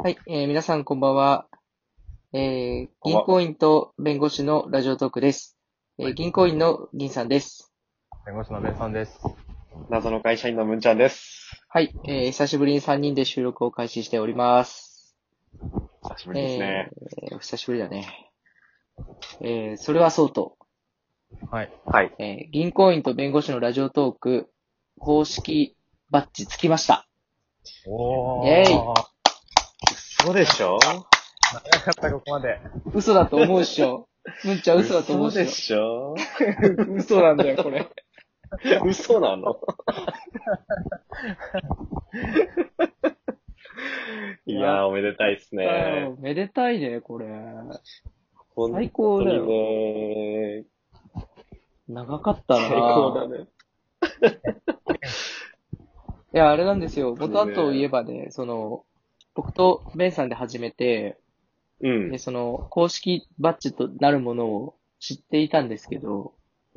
はい、皆さんこんばんは。銀行員と弁護士のラジオトークです。銀行員の銀さんです。 弁護士のベンさんです。 謎の会社員のむんちゃんです。 はい、久しぶりに3人で収録を開始しております。 久しぶりですね。 お久しぶりだね。それはそうと、 はい。 はい。 銀行員と弁護士のラジオトーク公式バッジつきました。 おイェイー。 そうでしょ長かったここまで。 嘘だと思うっしょ。むんちゃん嘘だと思うっ嘘でしょ。 しょ嘘なんだよ、これ。 嘘なのいやー、おめでたいっすね。 めでたいね、これ。 本最高だよ。 当にね、 長かったな最高だね。 いや、あれなんですよ。 当にね元はといえばね、僕とベンさんで始めて、 うんで、。公式バッジとなるものを知っていたんですけど、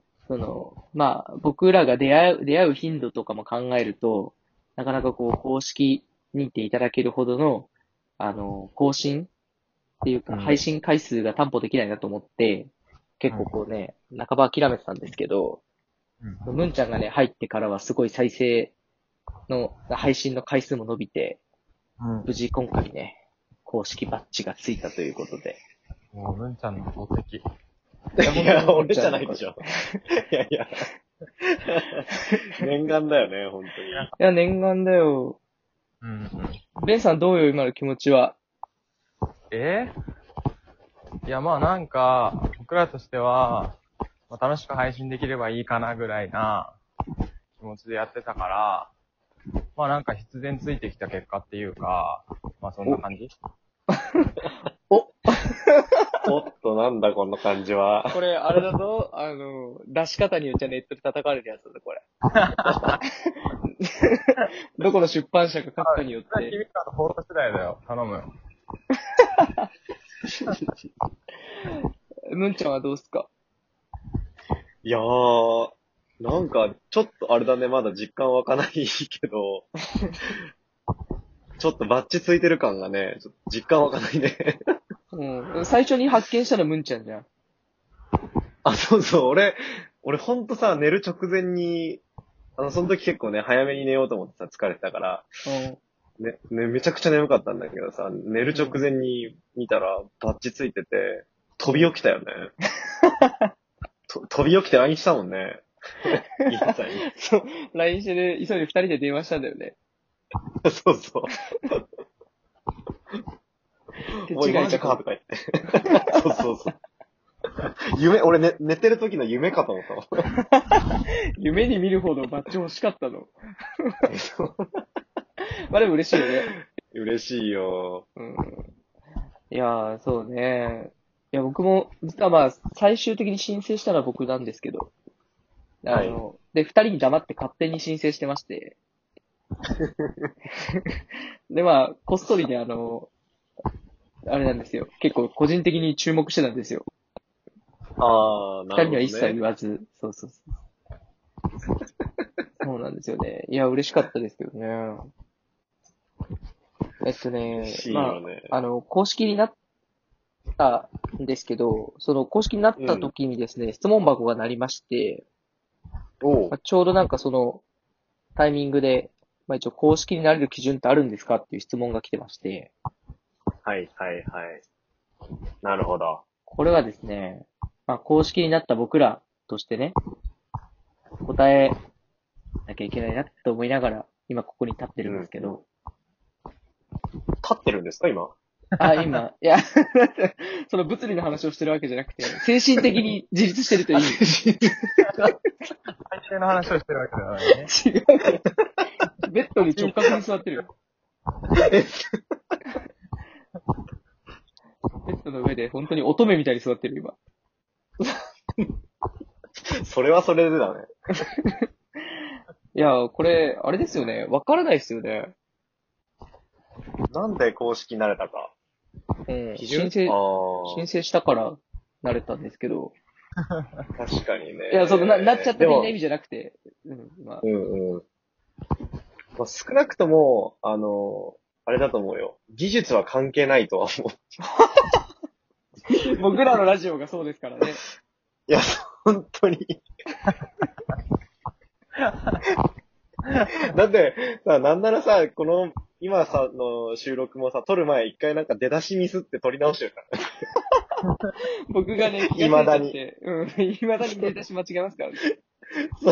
僕らが出会う頻度とかも考えると、なかなかこう、公式認定いただけるほどの、更新っていうか、 うん配信回数が担保できないなと思って、結構こうね、半ば諦めてたんですけど、ムンちゃんがね、入ってからはすごい配信の回数も伸びて、無事今回ね、公式バッジがついたということで。 もう、文ちゃんの宝石。 いや、俺じゃないでしょ。いやいや。念願だよね、本当に。 いや、念願だよ。 うん。 ベンさんどうよ、今の気持ちは。 いや、まあなんか、僕らとしては、まあ、楽しく配信できればいいかなぐらいな気持ちでやってたから、まあなんか必然ついてきた結果っていうか、まあそんな感じ。 おっと、なんだこの感じは。 これ、あれだぞ、出し方によっちゃネットで叩かれるやつだぞ、これ。どこの出版社が書くかによっ君て。 らのフォロー次第だよ。頼む。 ムンちゃんはどうすか？ いやー、なんか、ちょっとあれだね、まだ実感湧かないけど、ちょっとバッチついてる感がね、ちょっと実感湧かないね。 うん。最初に発見したのムンちゃんじゃん。 あ、そうそう、俺ほんとさ、寝る直前に、その時結構ね、早めに寝ようと思ってさ、疲れてたから、めちゃくちゃ眠かったんだけどさ、寝る直前に見たら、バッチついてて、飛び起きたよね。飛び起きて LINE したもんね。銀さんに。 そう、LINE してで、急いで二人で電話したんだよね。 そうそう。おい、マジかとか言って。そうそうそう。俺、寝てる時の夢かと思ったもん。 夢に見るほどバッジ欲しかったの。まあでも嬉しいよね。 嬉しいよ。 うん。いやー、そうね。いや、僕も、実はまあ、最終的に申請したのは僕なんですけど、 はいで、二人に黙って勝手に申請してまして、で、まあ、こっそりね、あれなんですよ。結構個人的に注目してたんですよ。 あー、なるほど二人には一切言ね。 わず、そうそうそう。そうなんですよね。いや、嬉しかったですけどね。 嬉しいまよね。 あ、公式になったんですけど、その公式になった時にですね、質問箱が鳴りまして、 おう。 ちょうどなんかそのタイミングで、一応公式になれる基準ってあるんですかっていう質問が来てまして、 はいはいはい。なるほど。 これはですね、公式になった僕らとしてね、答えなきゃいけないなと思いながら、今ここに立ってるんですけど、 立ってるんですか、今。 今、いや、その物理の話をしてるわけじゃなくて、精神的に自立してるという意味。 最低の話をしてるわけではないね。 違う。ベッドに直角に座ってるよ。ベッドの上で本当に乙女みたいに座ってる、今。 それはそれでだね。 いや、これ、あれですよね。わからないですよね。 なんで公式になれたか。 うん。 基準申あ請したからなれたんですけど。 ー、確かにね。 いや、なっちゃった的でもな意味じゃなくて。うん、 うんうん。まあ、少なくとも、 あれだと思うよ。技術は関係ないとは思う。 僕らのラジオがそうですからね。 いや、本当に。だって、さ、なんならさ、今さ、の収録もさ、撮る前一回なんか出だしミスって撮り直してるから。 僕がね、 未だに。 うん、未だに出だし間違えますからね。 そう。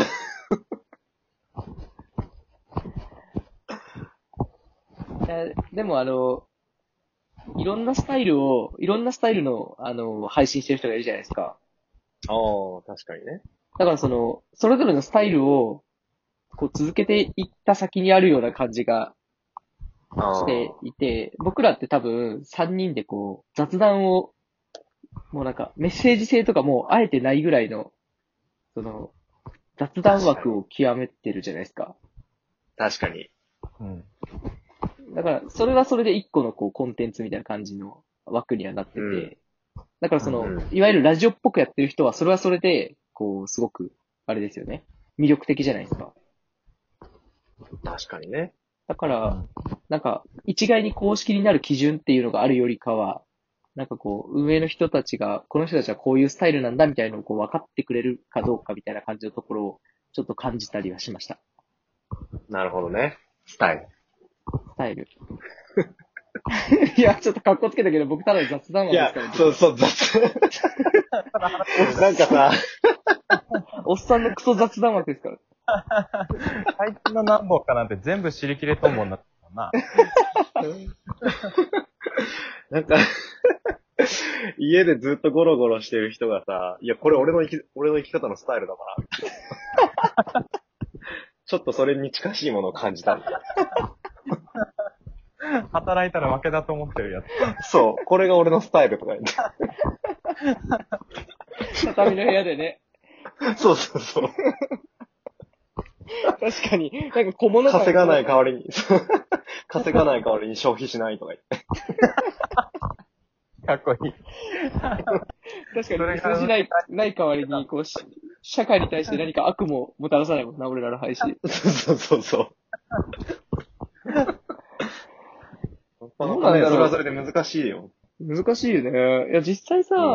でもいろんなスタイルの、配信してる人がいるじゃないですか。 ああ、確かにね。 だからそれぞれのスタイルを、こう続けていった先にあるような感じがしていて、僕らって多分3人でこう、雑談を、もうなんかメッセージ性とかもあえてないぐらいの、雑談枠を極めてるじゃないですか。 確かに。 うん。 だから、それはそれで一個のこう、コンテンツみたいな感じの枠にはなってて、 うん、 だからいわゆるラジオっぽくやってる人は、それはそれで、こう、すごく、あれですよね。魅力的じゃないですか。 確かにね。 だから、なんか、一概に公式になる基準っていうのがあるよりかは、なんかこう、運営の人たちが、この人たちはこういうスタイルなんだみたいなのをこう分かってくれるかどうかみたいな感じのところを、ちょっと感じたりはしました。 なるほどね。スタイル。 スタイル。いや、ちょっと格好つけたけど、僕ただの雑談いや話ですから、ね。 そうそう、雑なんかさ、 おっさんのクソ雑談枠ですから。 最近の何本かなんて全部尻切れとんぼになってたもんな。 なんか、家でずっとゴロゴロしてる人がさ、いや、これ俺の生き方のスタイルだから。ちょっとそれに近しいものを感じたんだ。 働いたら負けだと思ってるやつ。 そう、これが俺のスタイルとか言って。 畳の部屋でね。 そうそうそう。 確かに、なんか小物感稼がない代わりに、稼がない代わりに消費しないとか言って。 かっこいい。 確かに、数字ない代わりに、こう、社会に対して何か悪ももたらさないもんな、俺らの配信。 そうそうそう。 どうなんだろう。 それはそれで難しいよ。 難しいよね。いや、実際さ、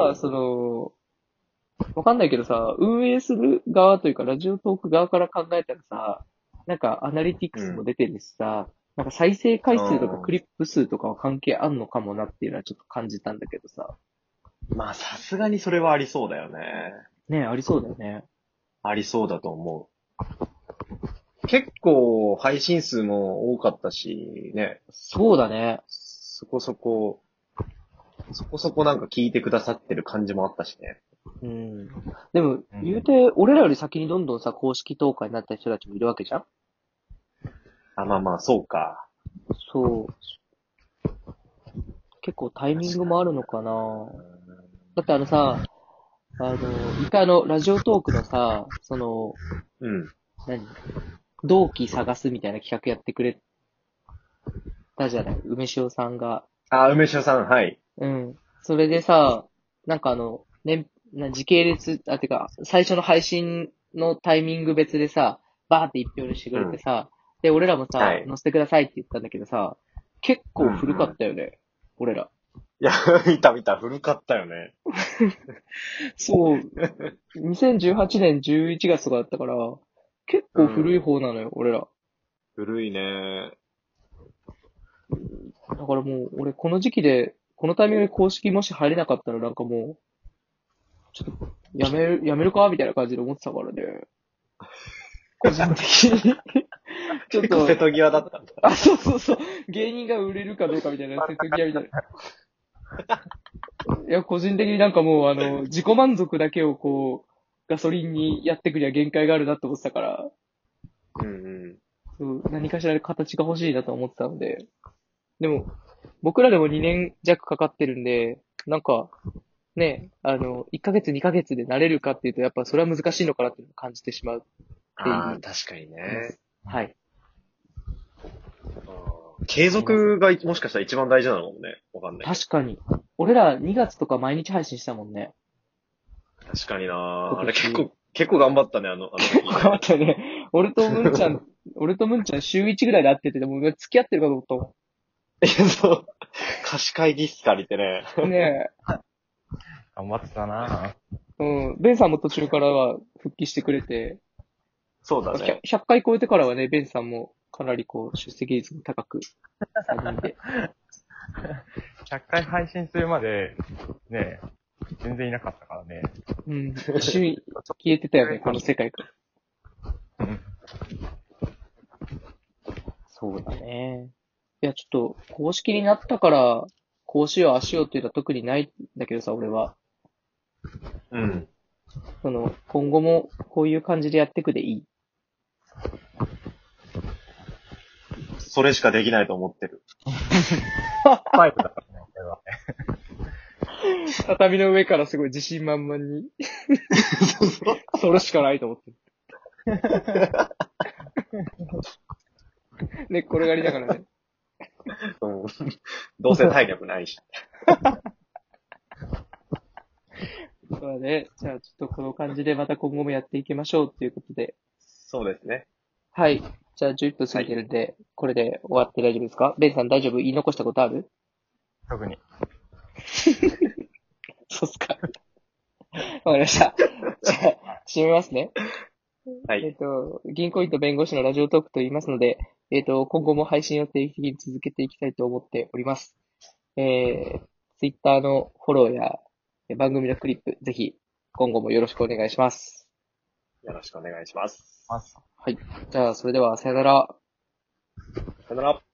わかんないけどさ、運営する側というか、ラジオトーク側から考えたらさ、なんかアナリティクスも出てるしさ、なんか再生回数とかクリップ数とかは関係あんのかもなっていうのはちょっと感じたんだけどさ。 まあ、さすがにそれはありそうだよね。 ねえ、ありそうだよね。 ありそうだと思う。結構配信数も多かったし、ね。 そうだね。 そこそこなんか聞いてくださってる感じもあったしね。 うん。でも、言うて、俺らより先にどんどんさ、公式投下になった人たちもいるわけじゃん。 あ、まあまあ、そうか。 そう。結構タイミングもあるのかな。だってさ、一回ラジオトークのさ、 うん。 同期探すみたいな企画やってくれたじゃない、梅塩さんが。 あ、梅塩さん、はい。 うん。それでさ、なんか時系列、てか、最初の配信のタイミング別でさ、バーって一票にしてくれてさ、で、俺らもさ、載せてくださいって言ったんだけどさ、結構古かったよね、俺ら。 いや、見た、古かったよね。 そう。2018年11月とかだったから、結構古い方なのよ、俺ら。 古いね。 だからもう、俺この時期で、このタイミングで公式もし入れなかったらなんかもう、ちょっと、やめるかみたいな感じで思ってたからね。個人的に。 ちょっと。瀬戸際だったんだ。 あ、そうそうそう。芸人が売れるかどうかみたいな、瀬戸際みたいな。いや、個人的になんかもう、自己満足だけをこう、ガソリンにやってくには限界があるなと思ってたから。そう何かしらで形が欲しいなと思ってたので。でも、僕らでも2年弱かかってるんで、なんか、ね、1ヶ月2ヶ月で慣れるかっていうと、やっぱそれは難しいのかなって感じてしまうっていう。 ああ、確かにね。 はい。 継続がもしかしたら一番大事なのかもね。わかんない。 確かに。俺ら2月とか毎日配信したもんね。 確かになあれ結構頑張ったね、 結構頑張ったよね。俺とむんちゃん週1ぐらいで会ってて、でも付き合ってるかと思ったもん。 いや、そう。貸し会議室借りてね。 ね頑張ってたなえ。うん。ベンさんも途中からは復帰してくれて、 そうだね。 100回超えてからはね、ベンさんもかなりこう、出席率も高く、3人で。 100回配信するまで、ね、全然いなかったからね。 うん。一瞬消えてたよね、この世界から。 うん。 そうだね。いや、ちょっと、公式になったから、こうしよう、ああしようっていうのは特にないんだけどさ、俺は。 うん。 今後もこういう感じでやっていくでいい。 それしかできないと思ってる。 ファイブだからね、これは。 畳の上からすごい自信満々に。それしかないと思ってる。寝っ転がりながらね。 うん。どうせ体力ないし。 そうだね。じゃあちょっとこの感じでまた今後もやっていきましょうということで。 そうですね。 はい。じゃあ11分過ぎてるんで、これで終わって大丈夫ですか？ベンさん大丈夫？言い残したことある？ 特に。 そうっすか。わかりました。じゃあ、締めますね。 はい。 銀行員と弁護士のラジオトークと言いますので、今後も配信を定期的に続けていきたいと思っております。Twitter のフォローや番組のクリップ、ぜひ今後もよろしくお願いします。 よろしくお願いします。 はい。じゃあ、それではさよなら。 さよなら。